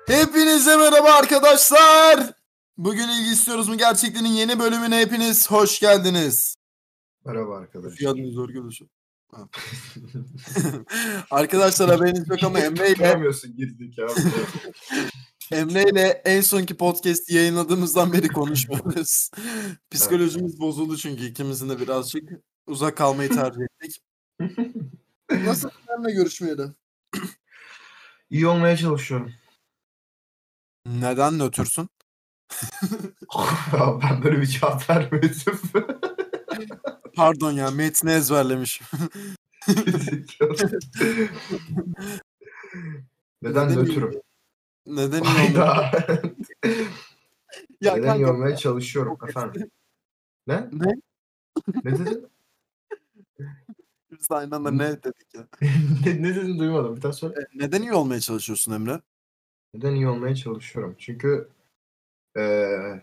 Hepinize merhaba arkadaşlar. Bugün ilgi istiyoruz mu gerçeklerin yeni bölümüne hepiniz hoş geldiniz. Merhaba Hoş arkadaşlar. geldiniz arkadaşlar. Ha. Arkadaşlar haberiniz yok ama Tutturamıyorsun girdik ya. Emre ile en sonki podcast yayınladığımızdan beri konuşmuyoruz. Evet. Psikolojimiz bozuldu çünkü ikimizin de birazcık uzak kalmayı tercih ettik. Nasıl seninle görüşmeyeli? İyi olmaya çalışıyorum. Neden nötürsün? Ben böyle bir cevap vermedim. Pardon ya metni ezberlemişim. Neden nötrüm? Neden iyi olmaya? Hayda. Ya Neden iyi kanka olmaya çalışıyorum efendim? Ne? ne? Ne dedin? Biz de aynı anda ne dedik ya? Ne dedin duymadım. Bir daha söyle. Neden iyi olmaya çalışıyorsun Emre? Neden iyi olmaya çalışıyorum? Çünkü eee,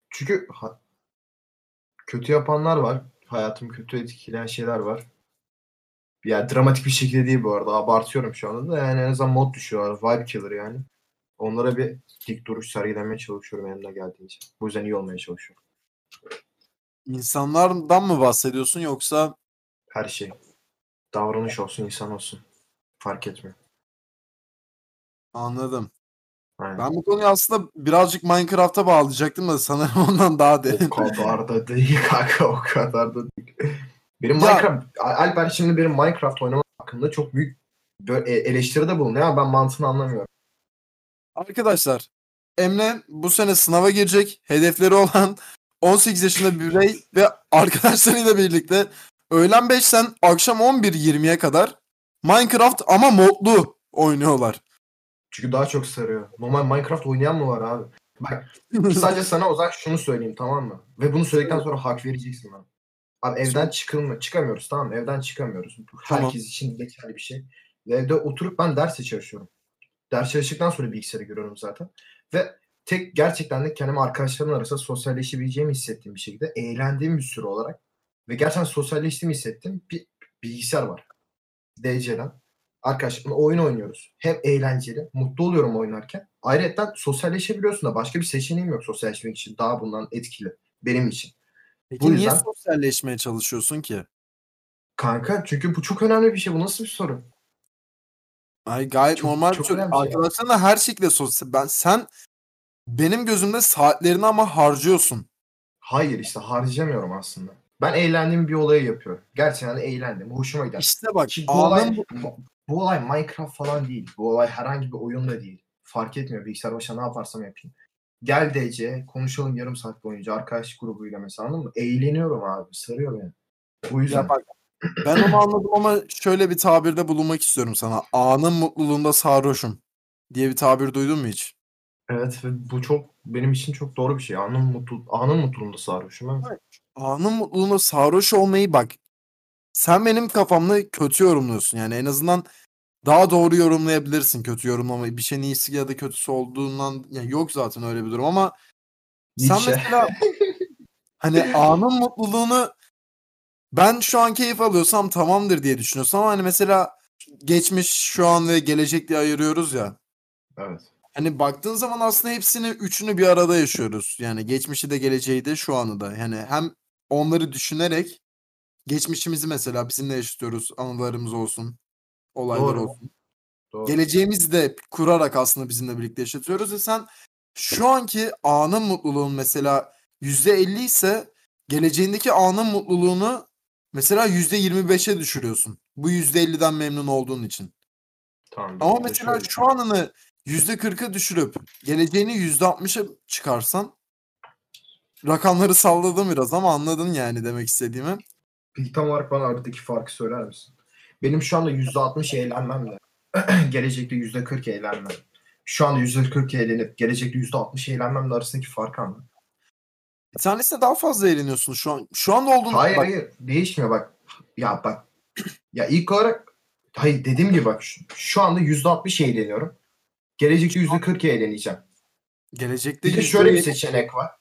kötü yapanlar var. Hayatımı kötü etkileyen şeyler var. Ya dramatik bir şekilde değil bu arada. Abartıyorum şu anda da. Yani en azından mod düşüyorlar. Vibe killer yani. Onlara bir dik duruş sergilemeye çalışıyorum elimden geldiğince. Bu yüzden iyi olmaya çalışıyorum. İnsanlardan mı bahsediyorsun yoksa Her şey. Davranış olsun, insan olsun. Fark etmiyor. anladım. Aynen. Ben bu konuyu aslında birazcık Minecraft'a bağlayacaktım da sanırım ondan daha derin. O kadar da değil kanka, o kadar da değil. Benim Ya- Minecraft, Alper şimdi benim Minecraft oynamam hakkında çok büyük eleştiride bulunuyor ama ben mantığını anlamıyorum. Arkadaşlar, Emre bu sene sınava girecek. Hedefleri olan 18 yaşında bir birey ve arkadaşlarıyla birlikte öğlen 5'ten akşam 11:20'ye kadar Minecraft ama modlu oynuyorlar. Çünkü daha çok sarıyor. Normal Minecraft oynayan mı var abi? Bak sadece sana o zaman şunu söyleyeyim, tamam mı? Ve bunu söyledikten sonra hak vereceksin bana. Abi evden çıkamıyoruz, tamam mı? Evden çıkamıyoruz. Bu Tamam. herkes için geçerli bir şey. Ve evde oturup ben derse çalışıyorum. Ders çalıştıktan sonra bilgisayarı görüyorum zaten. Ve tek gerçekten de kendimi arkadaşlarımın arasında sosyalleşebileceğimi hissettiğim bir şekilde eğlendiğim bir süre olarak ve gerçekten sosyalleştiğimi hissettiğim bir bilgisayar var. DC'den. Arkadaşlarımla oyun oynuyoruz. Hem eğlenceli, mutlu oluyorum oynarken. Ayrıca sosyalleşebiliyorsun da başka bir seçeneğim yok sosyalleşmek için. Daha bundan etkili. Benim için. Bu Peki niye yüzden sosyalleşmeye çalışıyorsun ki? kanka çünkü bu çok önemli bir şey. Bu nasıl bir soru? Ay gayet Çok normal bir çok şey. önemli bir şey. Arkadaşlarınla her şekilde sosyal. Sen benim gözümde saatlerini ama harcıyorsun. Hayır işte harcayamıyorum aslında. Ben eğlendiğim bir olayı yapıyorum. Gerçekten de eğlendim. Hoşuma gider. İşte bak Ki anın bu olay Minecraft falan değil. Bu olay herhangi bir oyun da değil. Fark etmiyor. Bilgisayar başına ne yaparsam yapayım. Gel DC konuşalım yarım saat boyunca arkadaş grubuyla mesela, anladın mı? Eğleniyorum abi. Sarıyor beni. Bu ya yüzden. bak ben onu anladım ama şöyle bir tabirde bulunmak istiyorum sana. Anın mutluluğunda sarhoşum diye bir tabir duydun mu hiç? Evet ve bu çok benim için çok doğru bir şey. Anın mutluluğunda sarhoşum. Evet. Evet. Anın mutluluğunda sarhoş olmayı bak. Sen benim kafamda kötü yorumluyorsun. Yani en azından daha doğru yorumlayabilirsin kötü yorumlamayı. Bir şeyin iyisi ya da kötüsü olduğundan yani yok zaten öyle bir durum ama sen Nietzsche. mesela hani anın mutluluğunu ben şu an keyif alıyorsam tamamdır diye düşünüyorsam ama hani mesela geçmiş, şu an ve gelecek diye ayırıyoruz ya. Evet. Hani baktığın zaman aslında hepsini üçünü bir arada yaşıyoruz. Yani geçmişi de geleceği de şu anı da. Yani hem onları düşünerek geçmişimizi mesela bizimle yaşıyoruz. Anılarımız olsun, olaylar Doğru. olsun. Doğru. Geleceğimizi de kurarak aslında bizimle birlikte yaşatıyoruz ve sen şu anki anın mutluluğun mesela %50 ise geleceğindeki anın mutluluğunu mesela %25'e düşürüyorsun. Bu %50'den memnun olduğun için. Tamam Ama bir de mesela şöyle. şu anını %40'a düşürüp geleceğini %60'a çıkarsan rakamları salladım biraz ama anladın yani demek istediğimi. Peki tam olarak bana aradaki farkı söyler misin? Benim şu anda %60 eğlenmemle gelecekte %40 eğlenmem. Şu anda %40 eğlenip gelecekte %60 eğlenmemle arasındaki fark ne? Bir tanesine daha fazla eğleniyorsun şu an. Şu anda olduğun Hayır bak hayır değişmiyor bak. Ya bak. Ya ilk olarak hayır dediğim gibi bak şu anda %60 eğleniyorum. Gelecekte %40 eğleneceğim. gelecekte Bir de şöyle bir %50 seçenek var.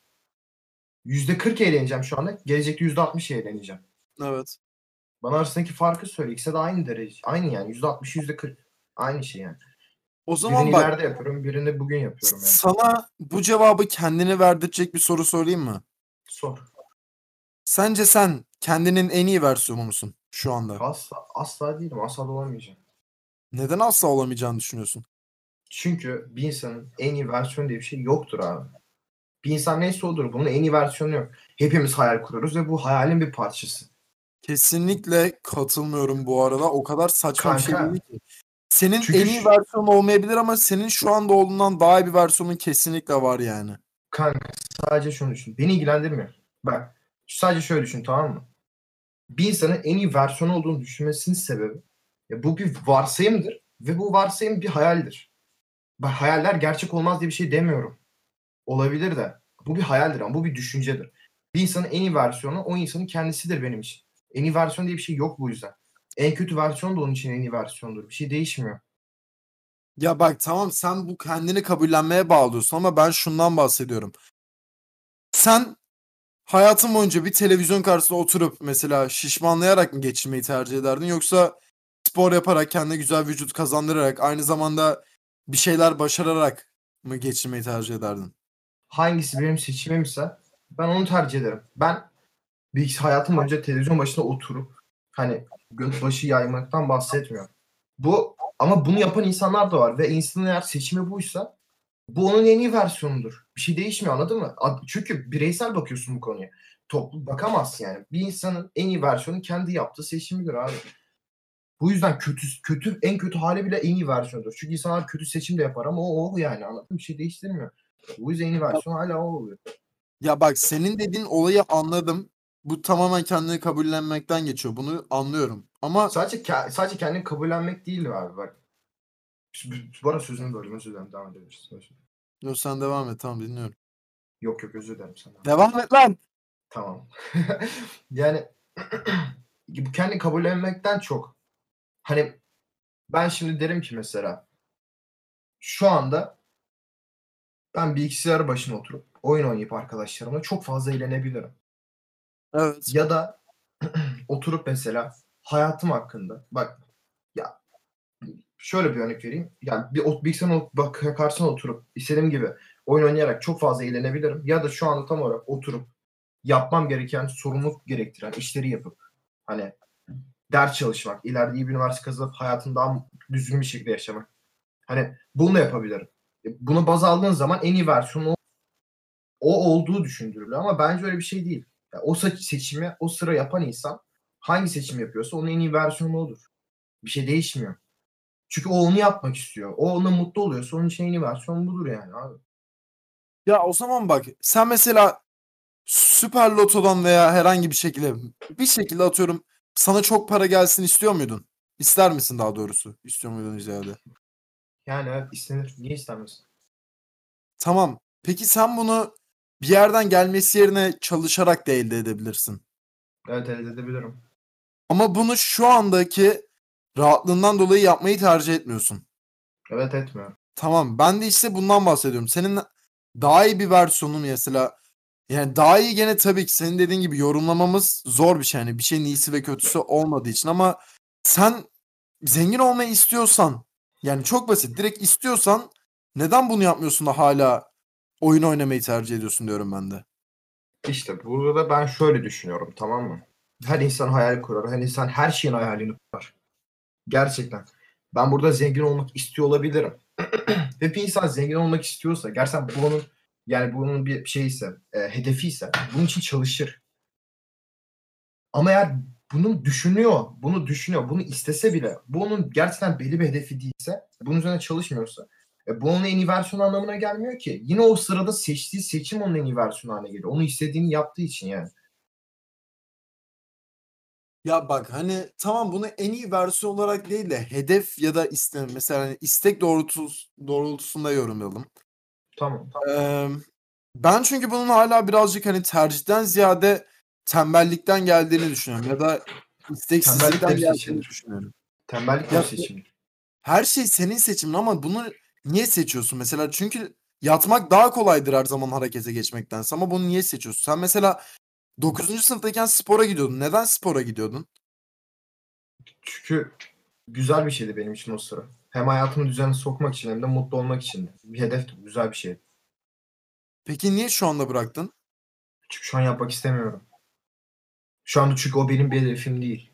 %40 eğleneceğim şu anda. Gelecekte %60 eğleneceğim. evet. Bana arasındaki farkı söyle. İkisi de aynı derece. Aynı yani. %60, %40. Aynı şey yani. O Birini zaman bak, ileride yapıyorum, birini bugün yapıyorum yani. sana bu cevabı kendine verdirecek bir soru sorayım mı? Sor. Sence sen kendinin en iyi versiyonu musun şu anda? Asla değilim. Asla da olamayacağım. Neden asla olamayacağını düşünüyorsun? Çünkü bir insanın en iyi versiyonu diye bir şey yoktur abi. Bir insan neyse odur. Bunun en iyi versiyonu yok. Hepimiz hayal kuruyoruz ve bu hayalin bir parçası. Kesinlikle katılmıyorum bu arada. O kadar saçma bir şey Kanka. değil ki. Senin Çünkü en iyi versiyonu olmayabilir ama senin şu anda olduğundan daha iyi bir versiyonun kesinlikle var yani. kanka sadece şunu düşün. Beni ilgilendirmiyor. Bak sadece şöyle düşün, tamam mı? Bir insanın en iyi versiyonu olduğunu düşünmesinin sebebi, ya bu bir varsayımdır ve bu varsayım bir hayaldir. Ben hayaller gerçek olmaz diye bir şey demiyorum. Olabilir de. Bu bir hayaldir ama bu bir düşüncedir. Bir insanın en iyi versiyonu o insanın kendisidir benim için. En iyi versiyon diye bir şey yok bu yüzden. En kötü versiyon da onun için en iyi versiyondur. Bir şey değişmiyor. Ya bak, tamam, sen bu kendini kabullenmeye bağlıyorsun ama ben şundan bahsediyorum. Sen hayatın boyunca bir televizyon karşısında oturup mesela şişmanlayarak mı geçirmeyi tercih ederdin, yoksa spor yaparak kendine güzel vücut kazandırarak aynı zamanda bir şeyler başararak mı geçirmeyi tercih ederdin? Hangisi benim seçimimse ben onu tercih ederim. Ben hayatım boyunca televizyon başında oturup hani göz başı yaymaktan bahsetmiyorum. Bu ama bunu yapan insanlar da var ve insanın eğer seçimi buysa bu onun en iyi versiyonudur. Bir şey değişmiyor, anladın mı? Çünkü bireysel bakıyorsun bu konuya. Toplu bakamazsın yani. Bir insanın en iyi versiyonu kendi yaptığı seçimidir abi. Bu yüzden en kötü hali bile en iyi versiyonudur. Çünkü insanlar kötü seçim de yapar ama o yani, anladın mı? Bir şey değiştirmiyor. Bu yüzden en iyi versiyon hala o oluyor. Ya bak, senin dediğin olayı anladım. Bu tamamen kendini kabullenmekten geçiyor. Bunu anlıyorum. Ama Sadece kendini kabullenmek değil abi bak. Bu arada sözünü böldüm, özür dilerim, devam edebiliriz. yok, sen devam et, tamam, dinliyorum. Yok yok, özür dilerim sana. Devam et lan. Tamam. Yani bu kendi kabullenmekten çok. Hani ben şimdi derim ki mesela şu anda ben bilgisayar başına oturup oyun oynayıp arkadaşlarımla çok fazla eğlenebilirim. Evet. Ya da oturup mesela hayatım hakkında bak, ya şöyle bir örnek vereyim. Yani bilgisayarın karşısına oturup istediğim gibi oyun oynayarak çok fazla eğlenebilirim. Ya da şu anda tam olarak oturup yapmam gereken, sorumluluk gerektiren işleri yapıp hani ders çalışmak, ileride iyi bir üniversite kazanıp hayatını daha düzgün bir şekilde yaşamak. Hani bunu da yapabilirim. Bunu baz aldığın zaman en iyi versiyonu o olduğu düşündürülüyor ama bence öyle bir şey değil. Yani o seçimi o sıra yapan insan hangi seçim yapıyorsa onun en iyi versiyonu odur. Bir şey değişmiyor. Çünkü o onu yapmak istiyor. O ona mutlu oluyorsa onun için en iyi versiyon budur yani abi. Ya o zaman bak, sen mesela Süper Loto'dan veya herhangi bir şekilde atıyorum, sana çok para gelsin istiyor muydun? İster misin daha doğrusu? İstiyor muydun ziyade? Yani evet, istenir. Niye istenmesin? Tamam. Peki sen bunu bir yerden gelmesi yerine çalışarak da elde edebilirsin. Evet, elde edebilirim. Ama bunu şu andaki rahatlığından dolayı yapmayı tercih etmiyorsun. Evet, etmiyorum. Tamam. Ben de işte bundan bahsediyorum. Senin daha iyi bir versiyonu mesela, yani daha iyi, gene tabii ki senin dediğin gibi yorumlamamız zor bir şey. Yani bir şeyin iyisi ve kötüsü olmadığı için, ama sen zengin olmayı istiyorsan, yani çok basit, direkt istiyorsan neden bunu yapmıyorsun da hala oyun oynamayı tercih ediyorsun diyorum ben de. İşte burada da ben şöyle düşünüyorum, tamam mı? Her insan hayal kurar. Her insan her şeyin hayalini kurar. Gerçekten. Ben burada zengin olmak istiyor olabilirim. Ve bir insan zengin olmak istiyorsa, gerçekten bunun bir şeyse, hedefiyse bunun için çalışır. Ama eğer bunu istese bile, bu onun gerçekten belli bir hedefi değilse, bunun üzerine çalışmıyorsa, bu onun en iyi versiyonu anlamına gelmiyor ki. Yine o sırada seçtiği seçim onun en iyi versiyonu haline geliyor. Onu istediğini yaptığı için yani. Ya bak, hani tamam, bunu en iyi versiyon olarak değil de hedef ya da mesela hani istek doğrultusunda yorumlayalım. Tamam. Eee, Ben çünkü bunun hala birazcık hani tercihten ziyade tembellikten geldiğini düşünüyorum ya da Tembellik de isteksizlikten bir geldiğini seçimdir. düşünüyorum. Tembellik de bir Ya seçimdir. her şey senin seçimin ama bunu niye seçiyorsun mesela? Çünkü yatmak daha kolaydır her zaman harekete geçmektense, ama bunu niye seçiyorsun? Sen mesela 9. sınıftayken spora gidiyordun. Neden spora gidiyordun? Çünkü güzel bir şeydi benim için o sıra. Hem hayatımı düzene sokmak için hem de mutlu olmak için. Bir hedef, güzel bir şey. Peki niye şu anda bıraktın? Çünkü şu an yapmak istemiyorum. Şu anda çünkü o benim bir hedefim değil.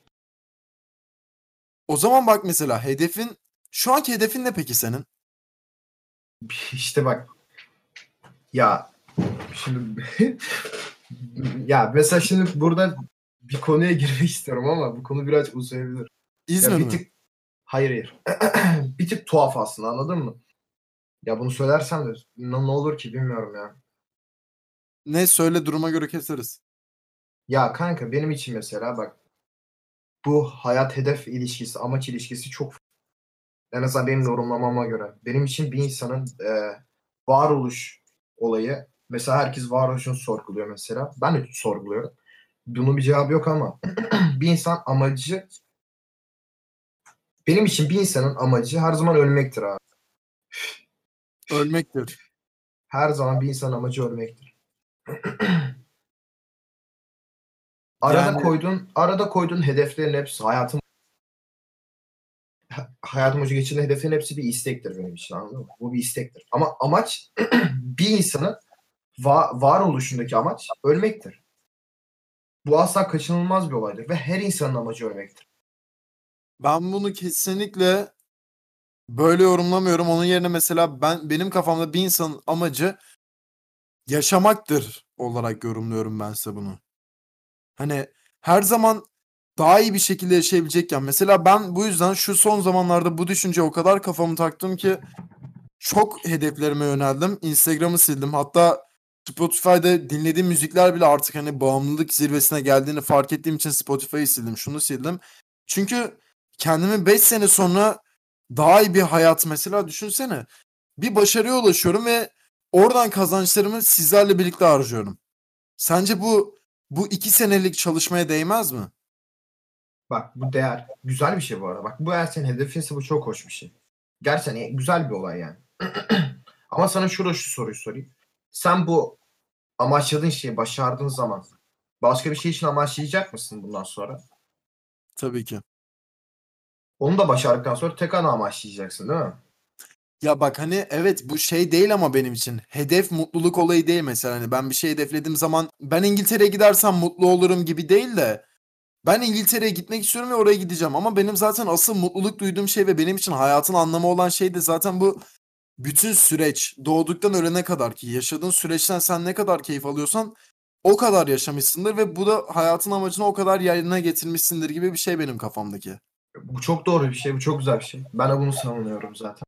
O zaman bak mesela şu anki hedefin ne peki senin? İşte bak ya şimdi ya mesela şimdi burada bir konuya girmek istiyorum ama bu konu biraz uzayabilir. Ya İzmir bir mi? tık hayır. Bir tık tuhaf aslında anladın mı? Ya bunu söylersem de ne olur ki bilmiyorum ya. Ne söyle, duruma göre keseriz. Ya kanka benim için mesela bak bu hayat hedef ilişkisi, amaç ilişkisi çok en azından benim yorumlamama göre. Benim için bir insanın varoluş olayı mesela herkes varoluşunu sorguluyor mesela. Ben de sorguluyorum. Bunun bir cevabı yok ama bir insan amacı benim için bir insanın amacı her zaman ölmektir abi. Ölmektir. Her zaman bir insanın amacı ölmektir. Yani Arada koyduğun hedeflerin hepsi hayatım boyunca geçirdiğin hedeflerin hepsi bir istektir benim için anladın mı? Bu bir istektir. Ama amaç bir insanın varoluşundaki amaç ölmektir. Bu asla kaçınılmaz bir olaydır ve her insanın amacı ölmektir. ben bunu kesinlikle böyle yorumlamıyorum. Onun yerine mesela benim kafamda bir insanın amacı yaşamaktır olarak yorumluyorum ben size bunu. Hani her zaman daha iyi bir şekilde yaşayabilecekken. Mesela ben bu yüzden şu son zamanlarda bu düşünceye o kadar kafamı taktım ki çok hedeflerime yöneldim. Instagram'ı sildim. Hatta Spotify'da dinlediğim müzikler bile artık hani bağımlılık zirvesine geldiğini fark ettiğim için Spotify'ı sildim. Şunu sildim. Çünkü kendimi 5 sene sonra daha iyi bir hayat mesela düşünsene. Bir başarıya ulaşıyorum ve oradan kazançlarımı sizlerle birlikte harcıyorum. Sence bu 2 senelik çalışmaya değmez mi? Bak bu değer. Güzel bir şey bu arada. Bak bu eğer senin hedefinse bu çok hoş bir şey. Gerçekten güzel bir olay yani. Ama sana şu soruyu sorayım. Sen bu amaçladığın şeyi başardığın zaman başka bir şey için amaçlayacak mısın bundan sonra? Tabii ki. Onu da başardıktan sonra tekrar amaçlayacaksın değil mi? Ya bak hani evet bu şey değil ama benim için. Hedef mutluluk olayı değil mesela. Hani ben bir şey hedeflediğim zaman ben İngiltere'ye gidersem mutlu olurum gibi değil de ben İngiltere'ye gitmek istiyorum ve oraya gideceğim. Ama benim zaten asıl mutluluk duyduğum şey ve benim için hayatın anlamı olan şey de zaten bu bütün süreç. Doğduktan ölene kadar ki yaşadığın süreçten sen ne kadar keyif alıyorsan o kadar yaşamışsındır ve bu da hayatın amacını o kadar yerine getirmişsindir gibi bir şey benim kafamdaki. Bu çok doğru bir şey. Bu çok güzel bir şey. Ben de bunu savunuyorum zaten.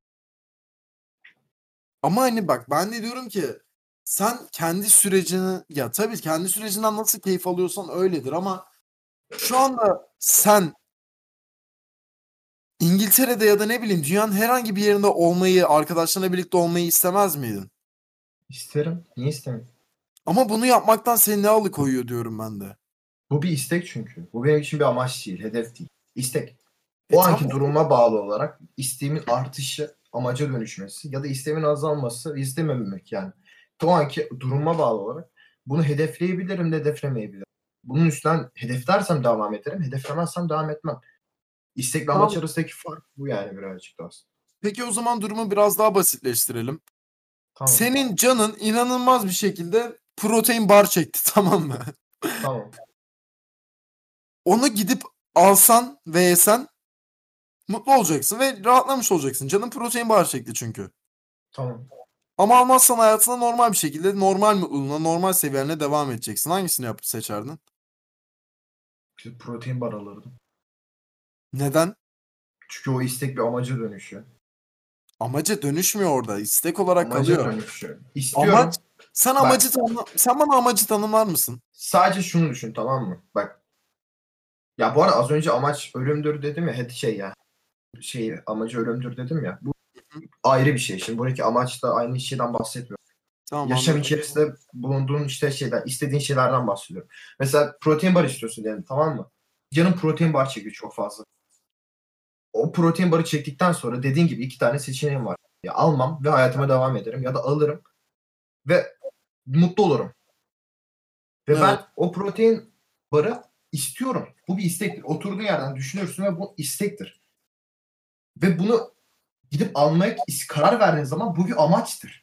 Ama hani bak ben de diyorum ki sen kendi sürecini ya tabii kendi sürecinden nasıl keyif alıyorsan öyledir ama şu anda sen İngiltere'de ya da ne bileyim dünyanın herhangi bir yerinde olmayı, arkadaşlarına birlikte olmayı istemez miydin? İsterim. Niye istemem? Ama bunu yapmaktan seni ne alıkoyuyor diyorum ben de. Bu bir istek çünkü. Bu benim için bir amaç değil, hedef değil. İstek. E O tamam. anki duruma bağlı olarak isteğimin artışı amaca dönüşmesi ya da isteğimin azalması istememek yani. O anki duruma bağlı olarak bunu hedefleyebilirim de hedeflemeyebilirim. Bunun üstünden hedeflersem devam ederim, hedeflemezsem devam etmem. İstekle amaç Tamam. arasındaki fark bu yani birazcık da aslında. Peki o zaman durumu biraz daha basitleştirelim. Tamam, Senin canın inanılmaz bir şekilde protein bar çekti tamam mı? tamam, Onu gidip alsan ve yesen mutlu olacaksın ve rahatlamış olacaksın. Canın protein bar çekti çünkü. tamam. Ama almazsan hayatına normal bir şekilde normal mutluluğuna, normal seviyenle devam edeceksin. Hangisini yapıp seçerdin? İşte protein bar alırdım. Neden? Çünkü o istek bir amaca dönüşüyor. Amaca dönüşmüyor orada. İstek olarak Amaca kalıyor. dönüşüyor. Amaç İstiyorum. sen Bak sen bana amacı tanımlar mısın? sadece şunu düşün tamam mı? Bak ya bu arada az önce amaç ölümdür dedim ya hadi şey ya amacı ölümdür dedim ya. Bu Hı, ayrı bir şey. Şimdi buradaki amaç da aynı şeyden bahsetmiyorum. tamam Yaşam anladım. içerisinde bulunduğun işte istediğin şeylerden bahsediyorum. Mesela protein bar istiyorsun diyelim tamam mı? Canın protein bar çekiyor çok fazla. O protein barı çektikten sonra dediğin gibi iki tane seçeneğim var. Ya almam ve hayatıma devam ederim ya da alırım ve mutlu olurum. Ve Evet. ben o protein barı istiyorum. Bu bir istektir. Oturduğun yerden düşünürsün ve bu istektir. Ve bunu gidip almaya karar verdiğin zaman bu bir amaçtır.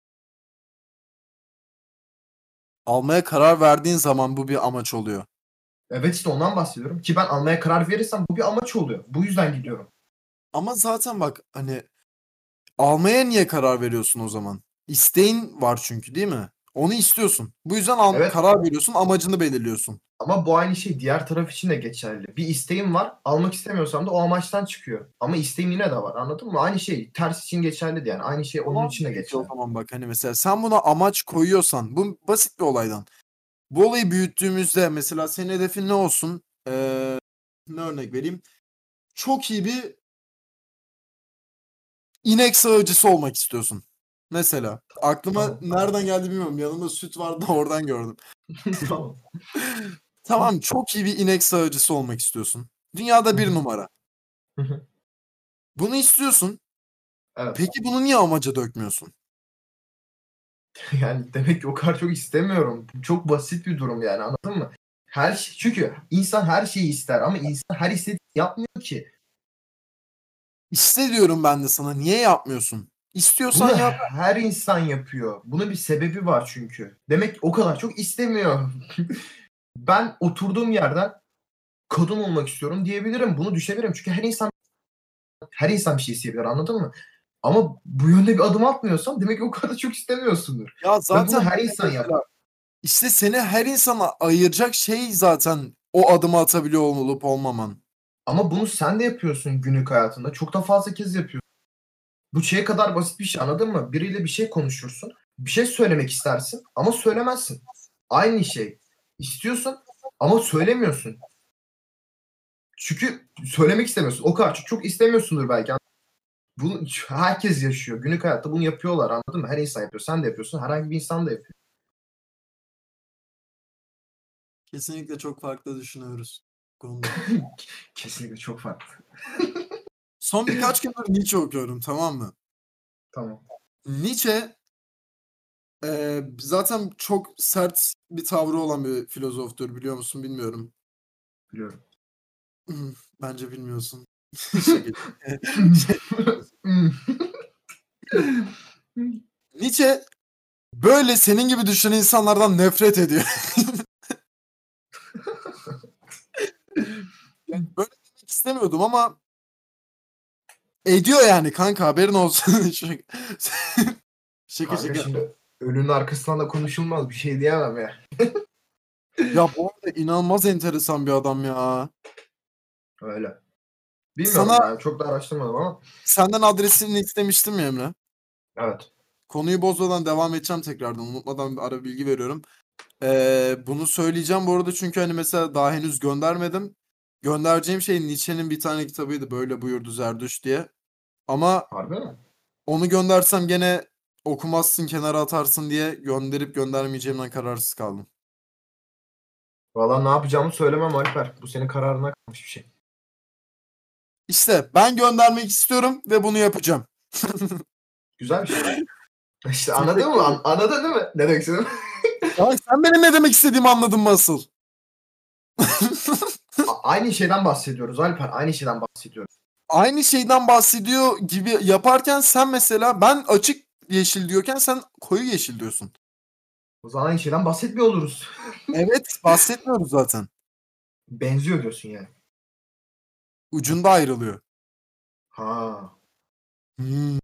Almaya karar verdiğin zaman bu bir amaç oluyor. Evet işte ondan bahsediyorum. Ki ben almaya karar verirsem bu bir amaç oluyor. Bu yüzden gidiyorum. Ama zaten bak hani almaya niye karar veriyorsun o zaman? İsteğin var çünkü değil mi? Onu istiyorsun. Bu yüzden Evet karar veriyorsun, amacını belirliyorsun. ama bu aynı şey diğer taraf için de geçerli. Bir isteğim var. Almak istemiyorsam da o amaçtan çıkıyor. Ama isteğim yine de var. Anladın mı? Aynı şey ters için geçerli de yani. Aynı şey onun Tamam için de peki o geçerli. zaman bak hani mesela sen buna amaç koyuyorsan bu basit bir olaydan. Bu olayı büyüttüğümüzde mesela senin hedefin ne olsun? Ne örnek vereyim? Çok iyi bir inek sağıcısı olmak istiyorsun. Mesela. Aklıma Tamam. nereden geldi bilmiyorum. Yanımda süt vardı da oradan gördüm. Tamam. Tamam çok iyi bir inek sağıcısı olmak istiyorsun. Dünyada bir numara. Bunu istiyorsun. Evet. Peki bunu niye amaca dökmüyorsun? Yani demek ki o kadar çok istemiyorum. Bu çok basit bir durum yani anladın mı? Her şey, çünkü insan her şeyi ister ama insan her istediğini yapmıyor ki. İste diyorum ben de sana. Niye yapmıyorsun? İstiyorsan Bunu yap. her insan yapıyor. Bunun bir sebebi var çünkü. Demek ki o kadar çok istemiyor. Ben oturduğum yerden kadın olmak istiyorum diyebilirim. Bunu düşebilirim. Çünkü her insan bir şey isteyebilir anladın mı? Ama bu yönde bir adım atmıyorsan demek ki o kadar çok istemiyorsundur. Ya Ve bunu zaten her insan yapar. mesela işte seni her insana ayıracak şey zaten o adımı atabiliyor olup olmaman. Ama bunu sen de yapıyorsun günlük hayatında. Çok da fazla kez yapıyorsun. Bu şeye kadar basit bir şey anladın mı? Biriyle bir şey konuşursun. Bir şey söylemek istersin ama söylemezsin. Aynı şey. İstiyorsun ama söylemiyorsun. Çünkü söylemek istemiyorsun. O kadar çok istemiyorsundur belki. Bunu herkes yaşıyor. Günlük hayatta bunu yapıyorlar anladın mı? Her insan yapıyor. Sen de yapıyorsun. Herhangi bir insan da yapıyor. Kesinlikle çok farklı düşünüyoruz bu konuda. Kesinlikle çok farklı. Son birkaç gündür Nietzsche okuyorum tamam mı? Tamam. Nietzsche zaten çok sert bir tavrı olan bir filozoftur biliyor musun bilmiyorum. Biliyorum. Bence bilmiyorsun. Şaka. Şey, Nietzsche böyle senin gibi düşünen insanlardan nefret ediyor. Yani böyle demek istemiyordum ama ediyor yani kanka haberin olsun. Şaka Kanka şaka. şimdi ölünün arkasından da konuşulmaz. Bir şey diyemem ya. Ya bu arada inanılmaz enteresan bir adam ya. Öyle. Bilmiyorum Sana ben çok da araştırmadım ama. senden adresini istemiştim ya Emre. Evet. Konuyu bozmadan devam edeceğim tekrardan. Unutmadan bir ara bilgi veriyorum. Bunu söyleyeceğim bu arada çünkü hani mesela daha henüz göndermedim. Göndereceğim şey Nietzsche'nin bir tane kitabıydı. Böyle buyurdu Zerdüşt diye. Ama Harbi mi? onu göndersem gene okumazsın kenara atarsın diye gönderip göndermeyeceğimden kararsız kaldım. Valla ne yapacağımı söylemem Alper. Bu senin kararına kalmış bir şey. İşte ben göndermek istiyorum ve bunu yapacağım. Güzel bir şey. İşte anladın Teşekkür mı? ederim. Anladın değil mi? Ne demek istedim? Ya sen benim ne demek istediğimi anladın mı asıl? Aynı şeyden bahsediyoruz Alper. Aynı şeyden bahsediyoruz. Aynı şeyden bahsediyor gibi yaparken sen mesela ben açık yeşil diyorken sen koyu yeşil diyorsun. O zaman aynı şeyden bahsetmiyor oluruz. Evet, bahsetmiyoruz zaten. Benziyor diyorsun yani. Ucunda ayrılıyor. Ha. Hmm.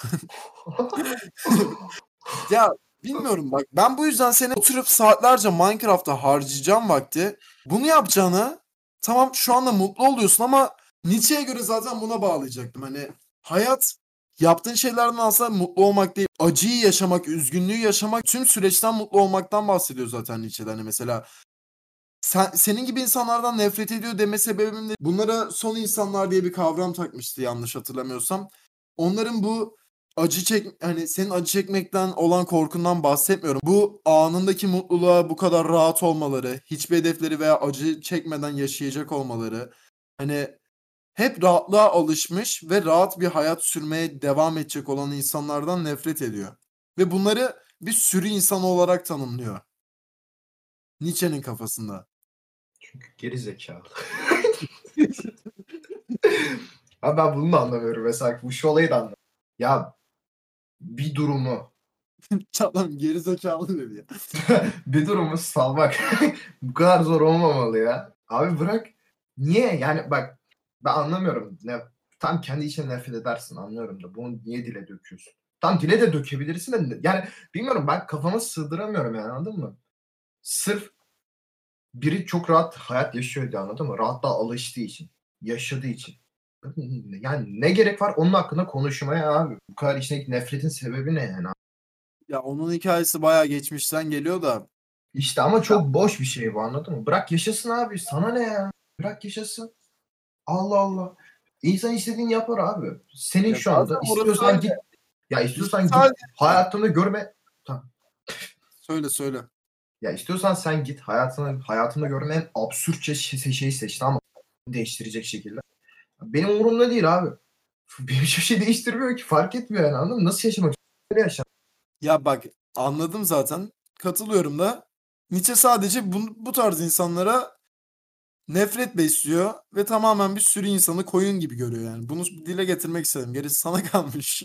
Ya bilmiyorum bak ben bu yüzden seni oturup saatlerce Minecraft'ta harcayacağım vakti. Bunu yapacağına tamam şu anda mutlu oluyorsun ama Nietzsche'ye göre zaten buna bağlayacaktım. Hani hayat yaptığın şeylerden aslında mutlu olmak değil, acıyı yaşamak, üzgünlüğü yaşamak, tüm süreçten mutlu olmaktan bahsediyor zaten Nietzsche'den. Hani mesela senin gibi insanlardan nefret ediyor deme sebebim de bunlara son insanlar diye bir kavram takmıştı yanlış hatırlamıyorsam. Onların bu hani senin acı çekmekten olan korkundan bahsetmiyorum. Bu anındaki mutluluğa bu kadar rahat olmaları, hiçbir hedefleri veya acı çekmeden yaşayacak olmaları. Hani hep rahatlığa alışmış ve rahat bir hayat sürmeye devam edecek olan insanlardan nefret ediyor. Ve bunları bir sürü insan olarak tanımlıyor. Nietzsche'nin kafasında. Çünkü geri zekalı. Abi ben bunu da anlamıyorum mesela. Bu şu olayı da anlamıyorum. Ya bir durumu Adam geri zekalı dedi ya. bir durumu salmak bu kadar zor olmamalı ya. Abi bırak. Niye? Yani bak ben anlamıyorum. Tam kendi içine nefret edersin anlıyorum da bunu niye dile döküyorsun? Tam dile de dökebilirsin de yani bilmiyorum ben kafama sığdıramıyorum yani anladın mı? Sırf biri çok rahat hayat yaşıyor diye anladın mı? Rahatlığa alıştığı için, yaşadığı için. Yani ne gerek var onun hakkında konuşmaya abi? Bu kadar içindeki nefretin sebebi ne yani? Ya onun hikayesi bayağı geçmişten geliyor da. İşte ama Ya, çok boş bir şey bu anladın mı? Bırak yaşasın abi. Sana ne ya? Bırak yaşasın. Allah Allah. İnsan istediğini yapar abi. Senin ya şu anda zaten orası istiyorsan öyle. git. Ya Bir şey istiyorsan git sadece hayatını görme. Tamam. söyle. Ya istiyorsan sen git hayatını görme en absürtçe şeyi seç tamam mı? Değiştirecek şekilde. Benim umurumda değil abi. Benim hiçbir şey değiştirmiyor ki. Fark etmiyor yani anladın mı? Nasıl yaşamak istiyorsan öyle yaşa. Ya bak, anladım zaten. Katılıyorum da. Nietzsche sadece bu tarz insanlara nefret besliyor ve tamamen bir sürü insanı koyun gibi görüyor yani. Bunu dile getirmek istedim. Gerisi sana kalmış.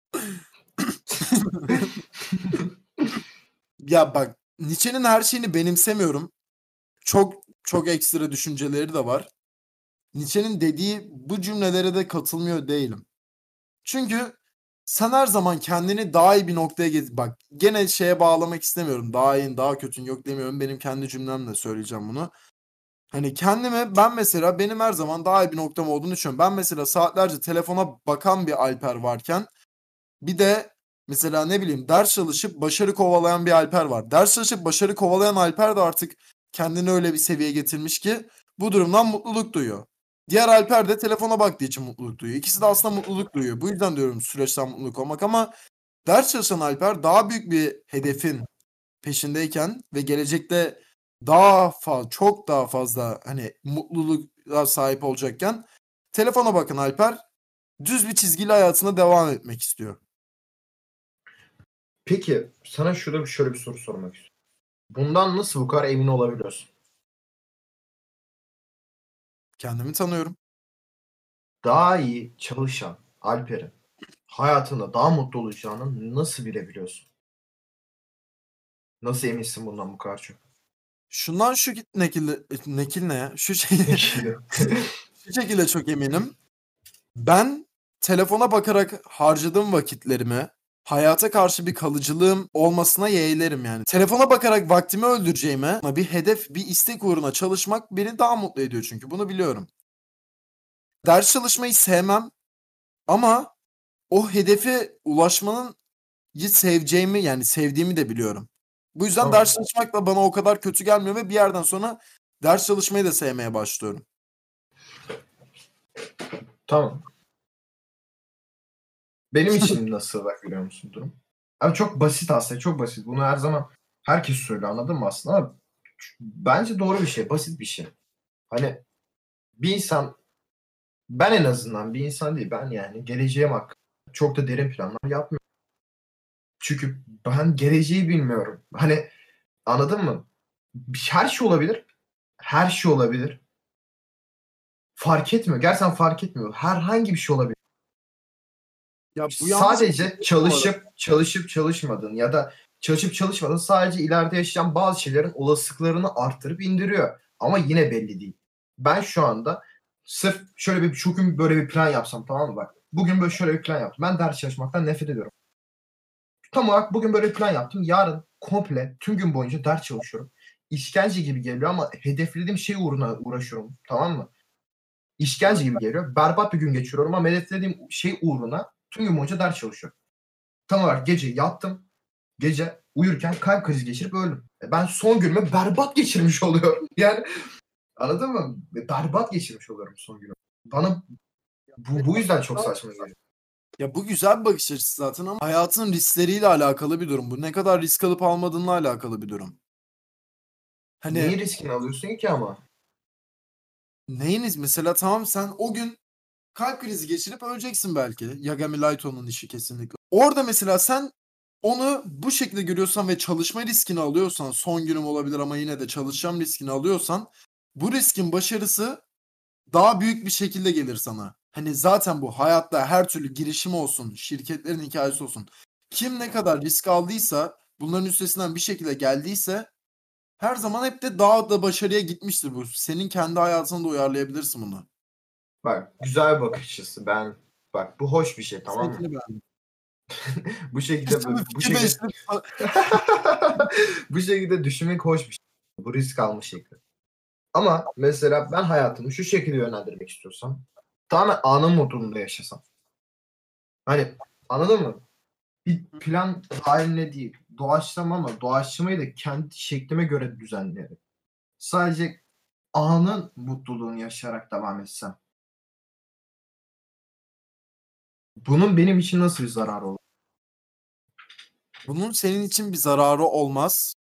Ya bak, Nietzsche'nin her şeyini benimsemiyorum. Çok çok ekstra düşünceleri de var. Nietzsche'nin dediği bu cümlelere de katılmıyor değilim. Çünkü sen her zaman kendini daha iyi bir noktaya bak, gene şeye bağlamak istemiyorum. Daha iyi, daha kötün yok demiyorum. Benim kendi cümlemle söyleyeceğim bunu. Hani kendime, ben mesela benim her zaman daha iyi bir noktam olduğunu düşünüyorum. Ben mesela saatlerce telefona bakan bir Alper varken bir de mesela ne bileyim ders çalışıp başarı kovalayan bir Alper var. Ders çalışıp başarı kovalayan Alper de artık kendini öyle bir seviyeye getirmiş ki bu durumdan mutluluk duyuyor. Diğer Alper de telefona baktığı için mutluluk duyuyor. İkisi de aslında mutluluk duyuyor. Bu yüzden diyorum süreçten mutluluk olmak, ama ders çalışan Alper daha büyük bir hedefin peşindeyken ve gelecekte çok daha fazla hani mutluluğa sahip olacakken telefona bakın Alper düz bir çizgili hayatına devam etmek istiyor. Peki sana şöyle bir soru sormak istiyorum. Bundan nasıl bu kadar emin olabiliyorsun? Kendimi tanıyorum. Daha iyi çalışan Alper'in hayatında daha mutlu olacağını nasıl bilebiliyorsun? Nasıl eminsin bundan bu kadar çok? Şundan şu nekil ne ya? Şu şekilde çok eminim. Ben telefona bakarak harcadığım vakitlerimi hayata karşı bir kalıcılığım olmasına yeğlerim yani. Telefona bakarak vaktimi öldüreceğime bir hedef, bir istek uğruna çalışmak beni daha mutlu ediyor çünkü bunu biliyorum. Ders çalışmayı sevmem ama o hedefe ulaşmanın seveceğimi, yani sevdiğimi de biliyorum. Bu yüzden ders Tamam. çalışmak da bana o kadar kötü gelmiyor ve bir yerden sonra ders çalışmayı da sevmeye başlıyorum. Tamam. Benim için nasıl bak biliyor musun durum? Abi çok basit aslında çok basit. Bunu her zaman herkes söylüyor anladın mı aslında ama bence doğru bir şey, basit bir şey. Hani bir insan ben en azından bir insan değil ben yani geleceğim hakkında çok da derin planlar yapmıyorum. Çünkü ben geleceği bilmiyorum. Hani anladın mı? Her şey olabilir. Her şey olabilir. Fark etmiyor. Gerçekten fark etmiyor. Herhangi bir şey olabilir. Ya bu yanlış bir şey Sadece değil bu arada. çalışıp çalışmadığın ya da çalışıp çalışmadığın sadece ileride yaşayacağın bazı şeylerin olasılıklarını arttırıp indiriyor. Ama yine belli değil. Ben şu anda sırf şu gün böyle bir plan yapsam tamam mı bak. Bugün böyle şöyle bir plan yaptım. Ben ders çalışmaktan nefret ediyorum. Tam olarak bugün böyle bir plan yaptım. Yarın komple tüm gün boyunca ders çalışıyorum. İşkence gibi geliyor ama hedeflediğim şey uğruna uğraşıyorum. Tamam mı? İşkence gibi geliyor. Berbat bir gün geçiriyorum ama hedeflediğim şey uğruna tüm gün boyunca ders çalışıyorum. Tam olarak gece yattım. Gece uyurken kalp krizi geçirip öldüm. Ben son günümü berbat geçirmiş oluyorum. Yani anladın mı? Berbat geçirmiş oluyorum son günümü. Bana bu yüzden çok saçma geliyor. Ya bu güzel bir bakış açısı zaten ama hayatın riskleriyle alakalı bir durum. Bu ne kadar risk alıp almadığınla alakalı bir durum. Hani Neyin riskini alıyorsun ki ama? neyiniz mesela, tamam sen o gün kalp krizi geçirip öleceksin belki. Yagami Laito'nun işi kesinlikle. Orada mesela sen onu bu şekilde görüyorsan ve çalışma riskini alıyorsan, son günüm olabilir ama yine de çalışacağım riskini alıyorsan, bu riskin başarısı daha büyük bir şekilde gelir sana. hani zaten bu hayatta her türlü girişim olsun, şirketlerin hikayesi olsun. Kim ne kadar risk aldıysa, bunların üstesinden bir şekilde geldiyse her zaman hep de daha da başarıya gitmiştir bu. Senin kendi hayatına da uyarlayabilirsin bunu. Bak güzel bir bakış açısı. Bak bu hoş bir şey, tamam mı? Seninkini beğendim. Bu şekilde Şimdi bu fikir şekilde değiştirip bu şekilde düşünmek hoş bir şey. Bu risk alma şekli. Ama mesela ben hayatımı şu şekilde yönlendirmek istiyorsam tamamen anın mutluluğunda yaşasam. Hani anladın mı? Bir plan halinde değil. Doğaçlama ama doğaçlamayı da kendi şeklime göre düzenleyerek. Sadece anın mutluluğunu yaşayarak devam etsem. Bunun benim için nasıl bir zararı olur? bunun senin için bir zararı olmaz.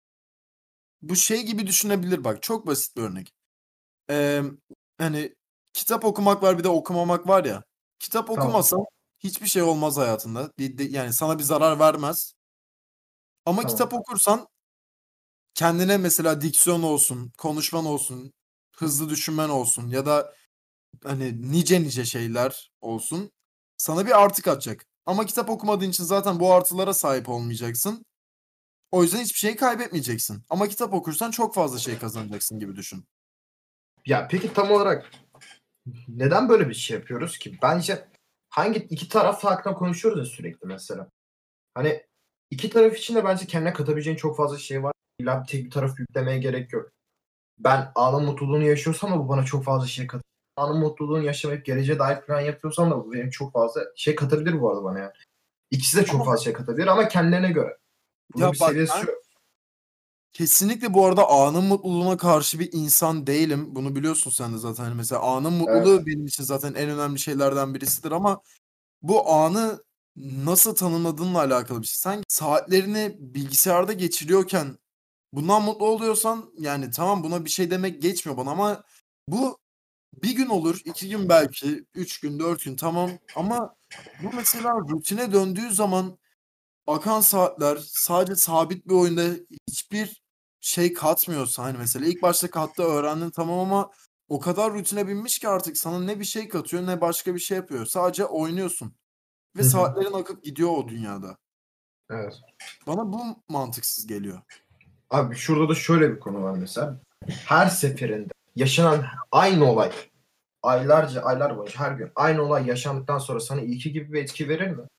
Bu şey gibi düşünebilir bak. Çok basit bir örnek. Eee, hani kitap okumak var bir de okumamak var ya. Kitap Tamam, okumasan hiçbir şey olmaz hayatında. Yani sana bir zarar vermez. Ama tamam. kitap okursan kendine mesela diksiyon olsun, konuşman olsun, hızlı düşünmen olsun ya da hani nice şeyler olsun. Sana bir artı katacak. Ama kitap okumadığın için zaten bu artılara sahip olmayacaksın. O yüzden hiçbir şey kaybetmeyeceksin. Ama kitap okursan çok fazla şey kazanacaksın gibi düşün. Ya peki tam olarak neden böyle bir şey yapıyoruz ki? Bence hangi iki taraf hakkında konuşuyoruz ya sürekli mesela. Hani iki taraf için de bence kendine katabileceğin çok fazla şey var. İlla tek bir taraf yüklemeye gerek yok. Ben anın mutluluğunu yaşıyorsam da bu bana çok fazla şey katıyor. Anın mutluluğunu yaşamayıp geleceğe dair plan yapıyorsam da bu benim çok fazla şey katabilir bu arada bana yani. İkisi de çok Ama fazla şey katabilir ama kendilerine göre. Bunun ya bir bak seviyesi ben yok. kesinlikle bu arada anın mutluluğuna karşı bir insan değilim. Bunu biliyorsun sen de zaten. Hani mesela anın Evet. mutluluğu benim için zaten en önemli şeylerden birisidir ama bu anı nasıl tanımladığınla alakalı bir şey. Sen saatlerini bilgisayarda geçiriyorken bundan mutlu oluyorsan yani tamam buna bir şey demek geçmiyor bana ama bu bir gün olur, 2 gün belki, 3 gün, 4 gün tamam ama bu mesela rutine döndüğü zaman akan saatler sadece sabit bir oyunda hiçbir şey katmıyorsa hani mesela ilk başta kattı öğrendin tamam ama o kadar rutine binmiş ki artık sana ne bir şey katıyor ne başka bir şey yapıyor. Sadece oynuyorsun ve Hı hı. saatlerin akıp gidiyor o dünyada. Evet. Bana bu mantıksız geliyor. Abi şurada da şöyle bir konu var mesela. Her seferinde yaşanan aynı olay aylar boyunca her gün aynı olay yaşandıktan sonra sana ilki gibi bir etki verir mi?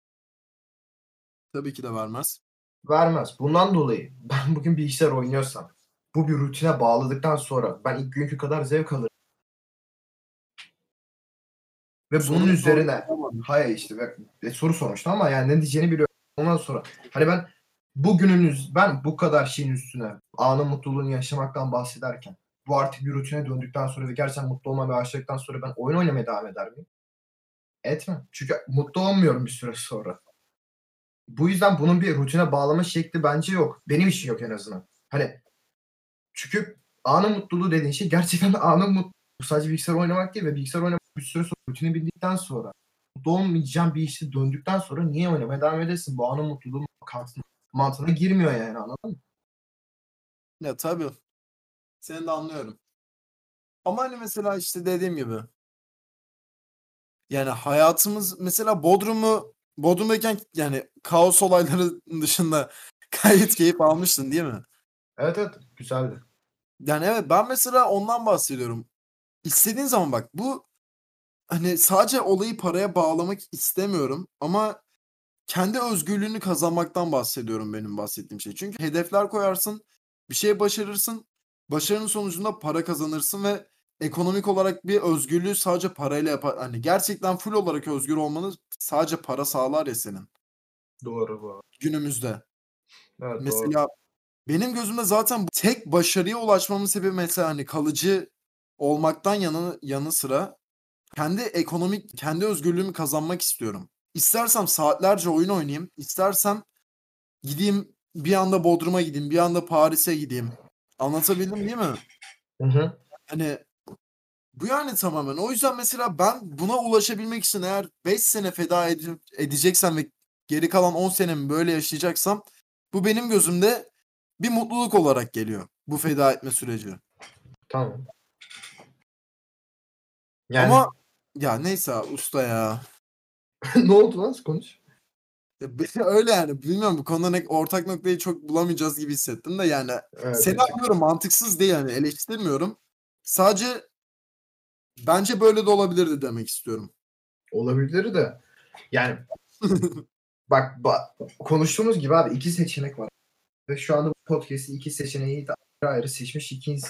Tabii ki de vermez. Vermez. Bundan dolayı ben bugün bilgisayar oynuyorsam bu bir rutine bağladıktan sonra ben ilk günkü kadar zevk alırım. Ve bunun Sorunun soruyu üzerine bulamadım. hayır işte soru sormuştu ama yani ne diyeceğini biliyorum. Ondan sonra hani ben bu kadar şeyin üstüne anın mutluluğunu yaşamaktan bahsederken bu artık bir rutine döndükten sonra ve gerçekten mutlu olmaya başladıktan sonra ben oyun oynamaya devam eder miyim? Etmem. Çünkü mutlu olmuyorum bir süre sonra. Bu yüzden bunun bir rutine bağlama şekli bence yok. Benim için yok en azından. Hani çünkü anın mutluluğu dediğin şey gerçekten de anın mutluluğu. Bu sadece bilgisayar oynamak değil ve bilgisayar oynamak bir süre sonra rutini bildikten sonra mutlu olmayacağın bir işte döndükten sonra niye oynamaya devam edesin? Bu anın mutluluğu mantığına girmiyor yani, anladın mı? Ya tabii. Seni de anlıyorum. Ama hani mesela işte dediğim gibi yani hayatımız mesela Bodrum'dayken yani kaos olayları dışında gayet keyif almıştın değil mi? Evet, evet, güzeldi. Yani evet ben mesela ondan bahsediyorum. İstediğin zaman bak bu hani sadece olayı paraya bağlamak istemiyorum ama kendi özgürlüğünü kazanmaktan bahsediyorum benim bahsettiğim şey. Çünkü hedefler koyarsın, bir şey başarırsın, başarının sonucunda para kazanırsın ve ekonomik olarak bir özgürlüğü sadece parayla yapar. Hani gerçekten full olarak özgür olmanı sadece para sağlar ya senin Doğru bu. günümüzde. Evet, doğru. Mesela benim gözümde zaten bu tek başarıya ulaşmamın sebebi mesela hani kalıcı olmaktan yanı sıra kendi özgürlüğümü kazanmak istiyorum. İstersem saatlerce oyun oynayayım, istersem gideyim bir anda Bodrum'a gideyim, bir anda Paris'e gideyim. Anlatabildim değil mi? Hı hı. Hani bu yani tamamen. O yüzden mesela ben buna ulaşabilmek için eğer 5 sene edeceksem ve geri kalan 10 senemi böyle yaşayacaksam bu benim gözümde bir mutluluk olarak geliyor. Bu feda etme süreci. Tamam. Ama Yani Ya neyse usta ya. Ne oldu lan? Konuş. Öyle yani. Bilmiyorum, bu konuda ortak noktayı çok bulamayacağız gibi hissettim de yani. Evet, Seni bir tık. anlıyorum, mantıksız değil yani, eleştirmiyorum. Sadece bence böyle de olabilirdi demek istiyorum. Olabilir de. Yani bak, konuştuğumuz gibi abi iki seçenek var. Ve şu anda bu podcast'i iki seçeneği de ayrı ayrı seçmiş iki insan.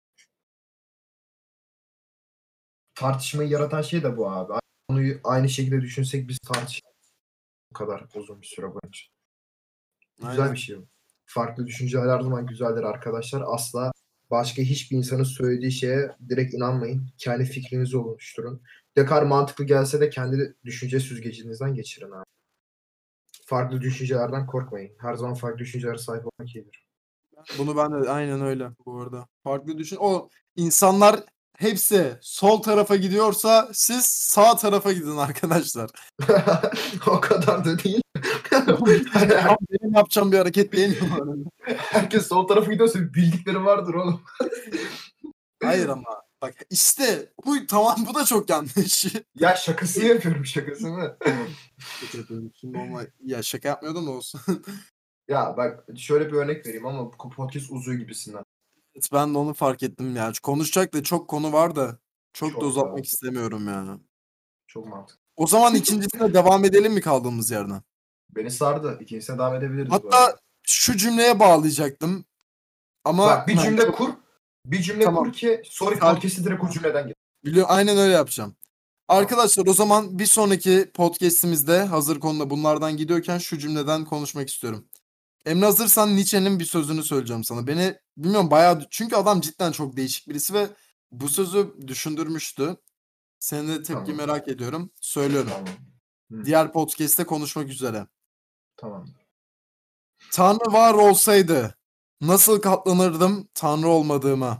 Tartışmayı yaratan şey de bu abi. Konuyu aynı şekilde düşünsek biz tartışırız bu kadar uzun bir süre boyunca. Güzel Aynen. bir şey bu. Farklı düşünceler her zaman güzeldir arkadaşlar. Asla başka hiçbir insanın söylediği şeye direkt inanmayın. Kendi fikrinizi oluşturun. Ne kadar mantıklı gelse de kendi düşünce süzgecinizden geçirin abi. Farklı düşüncelerden korkmayın. Her zaman farklı düşüncelere sahip olmak iyidir. Bunu ben de aynen öyle bu arada. Farklı düşün. O insanlar hepsi sol tarafa gidiyorsa siz sağ tarafa gidin arkadaşlar. O kadar da değil. Tam benim yapacağım bir hareket değil mi bu arada? Herkes sol tarafa gidiyorsa bildikleri vardır oğlum. Hayır ama bak işte bu tamam, bu da çok yanlış. Ya şakasını yapıyorum, şakasını. Şimdi ya şaka yapmıyordum da olsun. Ya bak şöyle bir örnek vereyim ama bu podcast uzuyor gibisinden. Evet, ben de onu fark ettim ya. Konuşacak da çok konu var da çok da Çok uzatmak da istemiyorum ya. çok mantıklı. O zaman ikincisine devam edelim mi kaldığımız yerden? Beni sardı. İkincisine devam edebiliriz bu Hatta arada. şu cümleye bağlayacaktım ama Bak bir cümle çok- kur. Bir cümle Tamam. kur ki sonraki Sadece- podcast'i direkt o cümleden gir. Aynen öyle yapacağım. Arkadaşlar o zaman bir sonraki podcast'imizde hazır konuda bunlardan gidiyorken şu cümleden konuşmak istiyorum. Emre, hazırsan Nietzsche'nin bir sözünü söyleyeceğim sana. Beni bilmiyorum bayağı, çünkü adam cidden çok değişik birisi ve bu sözü düşündürmüştü. Senin de tepki Tamam. merak ediyorum. Söylüyorum. Tamam. Hı. Diğer podcast'te konuşmak üzere. Tamam. Tanrı var olsaydı nasıl katlanırdım Tanrı olmadığıma?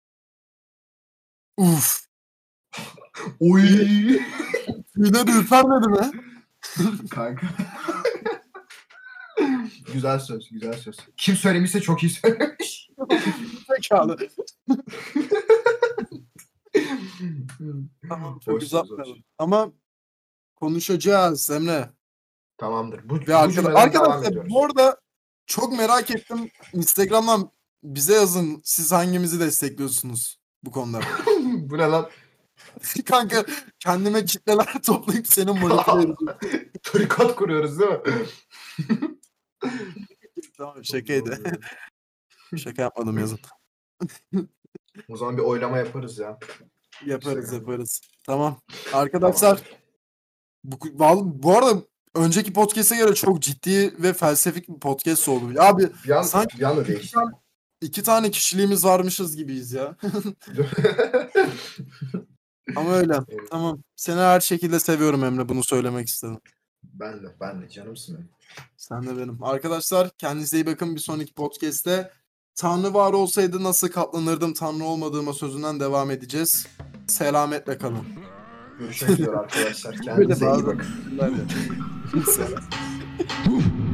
Uf. Oy. Tüyler ürpermedi mi? Kanka. Güzel söz, güzel söz. Kim söylemişse çok iyi söylemiş. Zekalı. Tamam, çok Hoş söz, hoş. uzatmayalım. Ama konuşacağız Emre. Tamamdır. Bu Ve cümleden devam arkadaşlar ediyoruz. bu arada çok merak ettim. Instagram'dan bize yazın. Siz hangimizi destekliyorsunuz bu konuda? Bu ne lan? Kanka kendime kitleler toplayıp senin manipüle edeceğim. Tarikat kuruyoruz değil mi? Tamam, şakaydı. Şaka yapmadım, yazın. O zaman bir oylama yaparız ya. Yaparız Instagram'da. yaparız. Tamam. Arkadaşlar bu arada önceki podcast'e göre çok ciddi ve felsefik bir podcast oldu. Abi sanki Bir anda değişti. iki tane kişiliğimiz varmışız gibiyiz ya. Ama öyle. Evet. Tamam. Seni her şekilde seviyorum Emre. Bunu söylemek istedim. Ben de canımsın benim. Sen de benim. Arkadaşlar kendinize iyi bakın. Bir sonraki podcast'te Tanrı var olsaydı nasıl katlanırdım Tanrı olmadığıma sözünden devam edeceğiz. Selametle kalın. Görüşmek üzere arkadaşlar. Öyle Kendinize iyi bazen bakın. cümleler ya.